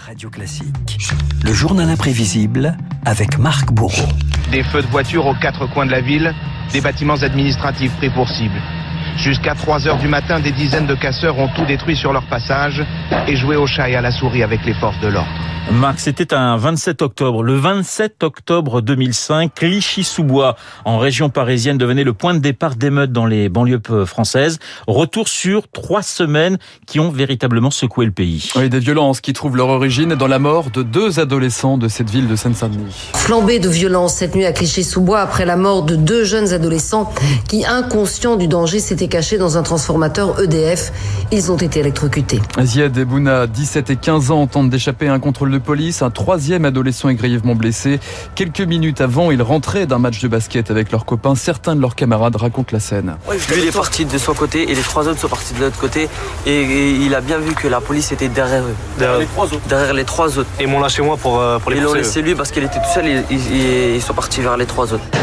Radio Classique. Le journal imprévisible avec Marc Bourreau. Des feux de voiture aux quatre coins de la ville, des bâtiments administratifs pris pour cible. Jusqu'à 3h du matin, des dizaines de casseurs ont tout détruit sur leur passage et joué au chat et à la souris avec les forces de l'ordre. Marc, c'était un 27 octobre. Le 27 octobre 2005, Clichy-sous-Bois, en région parisienne, devenait le point de départ d'émeutes dans les banlieues françaises. Retour sur 3 semaines qui ont véritablement secoué le pays. Oui, des violences qui trouvent leur origine dans la mort de 2 adolescents de cette ville de Seine-Saint-Denis. Flambée de violence cette nuit à Clichy-sous-Bois après la mort de 2 jeunes adolescents qui, inconscients du danger, s'étaient cachés dans un transformateur EDF. Ils ont été électrocutés. Ziad et Bouna, 17 et 15 ans, tentent d'échapper à un contrôle de police. Un 3e adolescent est grièvement blessé. Quelques minutes avant, ils rentraient d'un match de basket avec leurs copains. Certains de leurs camarades racontent la scène. Lui, il est parti de son côté et les 3 autres sont partis de l'autre côté. Et il a bien vu que la police était derrière eux. Derrière les 3 autres. Et ils m'ont lâché moi pour les pousser. Ils l'ont laissé lui parce qu'il était tout seul. Ils sont partis vers les 3 autres.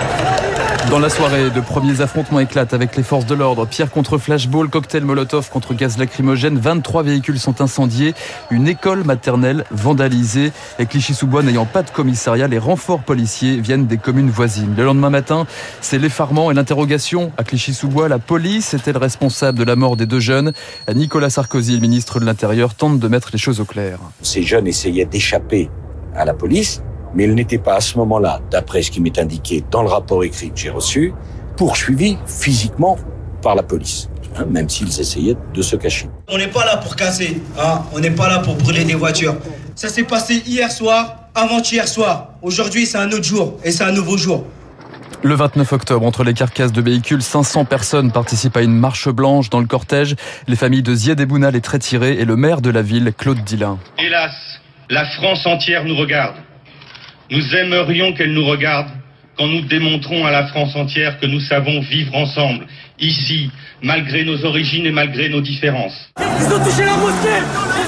Dans la soirée, de premiers affrontements éclatent avec les forces de l'ordre. Pierre contre flashball, cocktail molotov contre gaz lacrymogène. 23 véhicules sont incendiés. Une école maternelle vandalisée. Et Clichy-sous-Bois n'ayant pas de commissariat, les renforts policiers viennent des communes voisines. Le lendemain matin, c'est l'effarement et l'interrogation. À Clichy-sous-Bois, la police était le responsable de la mort des 2 jeunes. Nicolas Sarkozy, le ministre de l'Intérieur, tente de mettre les choses au clair. Ces jeunes essayaient d'échapper à la police, mais ils n'étaient pas à ce moment-là, d'après ce qui m'est indiqué dans le rapport écrit que j'ai reçu, poursuivis physiquement par la police, même s'ils essayaient de se cacher. On n'est pas là pour casser, on n'est pas là pour brûler des voitures. Ça s'est passé hier soir, avant-hier soir. Aujourd'hui, c'est un autre jour et c'est un nouveau jour. Le 29 octobre, entre les carcasses de véhicules, 500 personnes participent à une marche blanche dans le cortège. Les familles de Ziad et Bouna, les très tirés, et le maire de la ville, Claude Dillin. Hélas, la France entière nous regarde. Nous aimerions qu'elle nous regarde quand nous démontrons à la France entière que nous savons vivre ensemble, ici, malgré nos origines et malgré nos différences. Ils ont touché la mosquée.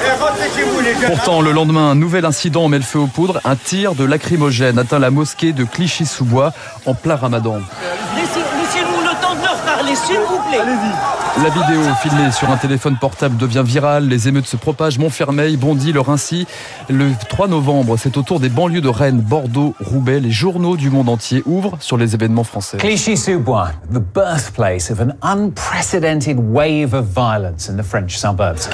Pourtant, le lendemain, un nouvel incident met le feu aux poudres. Un tir de lacrymogène atteint la mosquée de Clichy-sous-Bois en plein ramadan. Laissez-nous le temps de leur parler, s'il vous plaît. Allez-y. La vidéo filmée sur un téléphone portable devient virale. Les émeutes se propagent. Montfermeil, Bondy, le Rincy. Le 3 novembre, c'est au tour des banlieues de Rennes, Bordeaux, Roubaix. Les journaux du monde entier ouvrent sur les événements français. Clichy-sous-Bois, the birthplace of an unprecedented wave of violence in the French suburbs.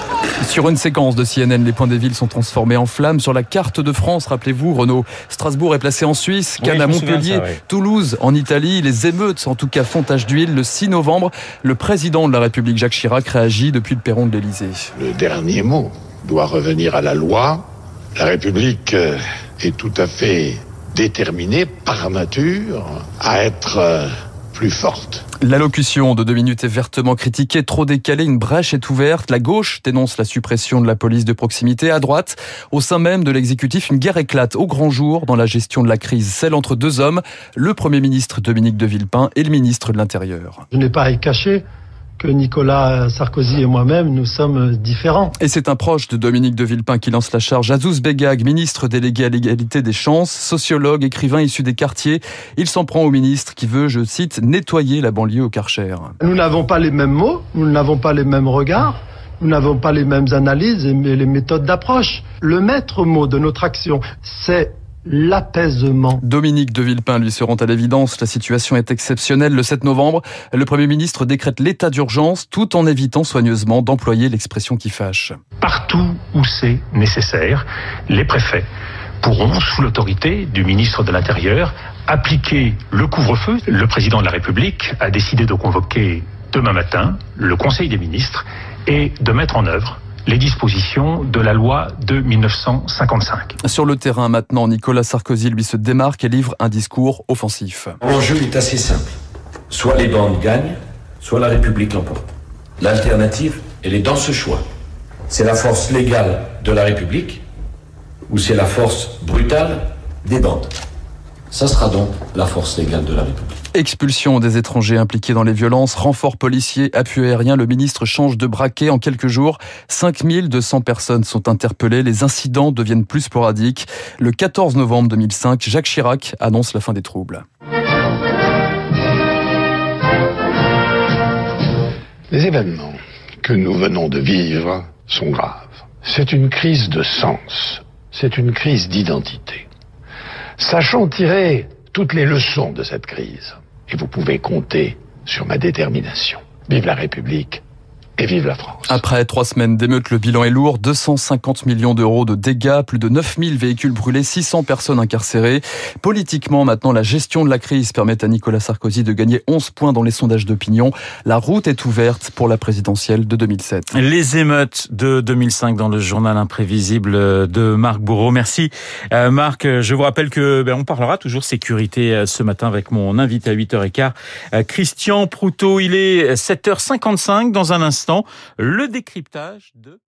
Sur une séquence de CNN, les points des villes sont transformés en flammes. Sur la carte de France, rappelez-vous, Renaud, Strasbourg est placé en Suisse, Cannes à Montpellier, Toulouse en Italie. Les émeutes, en tout cas, font tache d'huile. Le 6 novembre, le président de la République, Jacques Chirac, réagit depuis le perron de l'Élysée. Le dernier mot doit revenir à la loi. La République est tout à fait déterminée, par nature, à être plus forte. L'allocution de 2 minutes est vertement critiquée, trop décalée, une brèche est ouverte. La gauche dénonce la suppression de la police de proximité. À droite, au sein même de l'exécutif, une guerre éclate au grand jour dans la gestion de la crise. Celle entre 2 hommes, le Premier ministre Dominique de Villepin et le ministre de l'Intérieur. Je n'ai pas à y cacher que Nicolas Sarkozy et moi-même, nous sommes différents. Et c'est un proche de Dominique de Villepin qui lance la charge. Azouz Begag, ministre délégué à l'égalité des chances, sociologue, écrivain issu des quartiers. Il s'en prend au ministre qui veut, je cite, nettoyer la banlieue au Karcher. Nous n'avons pas les mêmes mots, nous n'avons pas les mêmes regards, nous n'avons pas les mêmes analyses et les méthodes d'approche. Le maître mot de notre action, c'est l'apaisement. Dominique de Villepin, lui, se rend à l'évidence. La situation est exceptionnelle. Le 7 novembre, le Premier ministre décrète l'état d'urgence tout en évitant soigneusement d'employer l'expression qui fâche. Partout où c'est nécessaire, les préfets pourront, sous l'autorité du ministre de l'Intérieur, appliquer le couvre-feu. Le président de la République a décidé de convoquer demain matin le Conseil des ministres et de mettre en œuvre les dispositions de la loi de 1955. Sur le terrain maintenant, Nicolas Sarkozy, lui, se démarque et livre un discours offensif. L'enjeu est assez simple. Soit les bandes gagnent, soit la République l'emporte. L'alternative, elle est dans ce choix. C'est la force légale de la République ou c'est la force brutale des bandes. Ça sera donc la force légale de la République. Expulsion des étrangers impliqués dans les violences, renfort policier, appui aérien, le ministre change de braquet en quelques jours. 5200 personnes sont interpellées, les incidents deviennent plus sporadiques. Le 14 novembre 2005, Jacques Chirac annonce la fin des troubles. Les événements que nous venons de vivre sont graves. C'est une crise de sens, c'est une crise d'identité. Sachons tirer toutes les leçons de cette crise. Et vous pouvez compter sur ma détermination. Vive la République et vive la France. Après 3 semaines d'émeutes, le bilan est lourd. 250 millions d'euros de dégâts, plus de 9000 véhicules brûlés, 600 personnes incarcérées. Politiquement, maintenant, la gestion de la crise permet à Nicolas Sarkozy de gagner 11 points dans les sondages d'opinion. La route est ouverte pour la présidentielle de 2007. Les émeutes de 2005 dans le journal imprévisible de Marc Bourreau. Merci Marc. Je vous rappelle que on parlera toujours sécurité ce matin avec mon invité à 8h15, Christian Proutot. Il est 7h55 dans un instant. Le décryptage de